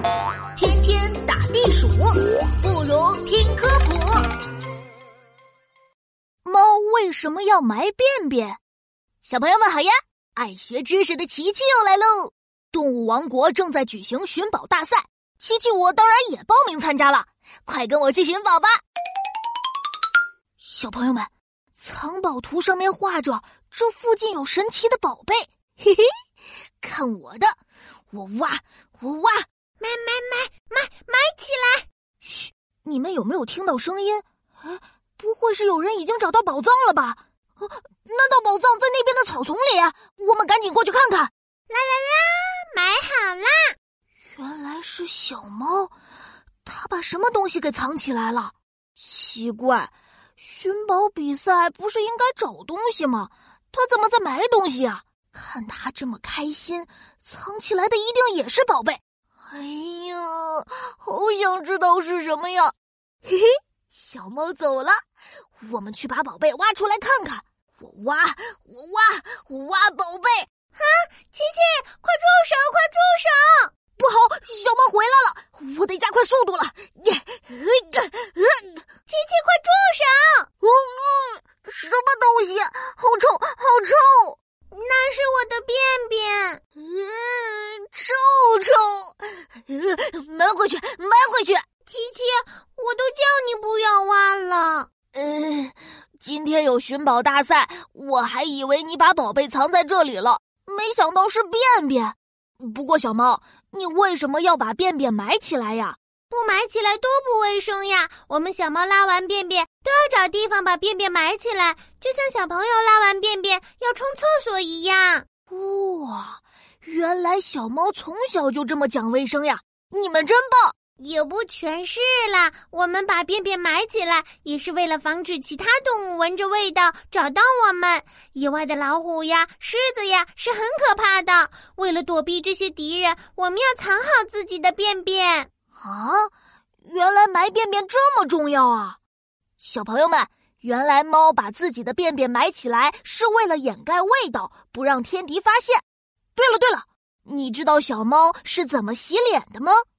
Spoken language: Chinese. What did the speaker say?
天天打地鼠，不如听科普。猫为什么要埋便便？小朋友们好呀！爱学知识的琪琪又来喽！动物王国正在举行寻宝大赛，琪琪我当然也报名参加了，快跟我去寻宝吧！小朋友们，藏宝图上面画着这附近有神奇的宝贝，嘿嘿，看我的！我挖， 埋起来！ 嘘，你们有没有听到声音？不会是有人已经找到宝藏了吧？难道宝藏在那边的草丛里？我们赶紧过去看看。 啦，埋好啦！ 原来是小猫，它把什么东西给藏起来了？奇怪，寻宝比赛不是应该找东西吗？它怎么在埋东西啊？看它这么开心，藏起来的一定也是宝贝。哎呀，好想知道是什么呀！嘿嘿，小猫走了，我们去把宝贝挖出来看看。我挖宝贝！ 琪琪，快住手！ 不好，小猫回来了，我得加快速度了。 琪琪，快住手！ 什么东西？好臭！ 那是我的便便。 臭！埋回去！ 琪琪，我都叫你不要挖了。 今天有寻宝大赛，我还以为你把宝贝藏在这里了，没想到是便便。不过小猫，你为什么要把便便埋起来呀？ 不埋起来多不卫生呀！我们小猫拉完便便都要找地方把便便埋起来，就像小朋友拉完便便要冲厕所一样。 哇，原来小猫从小就这么讲卫生呀！你们真棒！ 也不全是啦，我们把便便埋起来也是为了防止其他动物闻着味道找到我们。野外的老虎呀、狮子呀是很可怕的，为了躲避这些敌人，我们要藏好自己的便便。 原来埋便便这么重要啊！小朋友们，原来猫把自己的便便埋起来是为了掩盖味道，不让天敌发现。对了，你知道小猫是怎么洗脸的吗？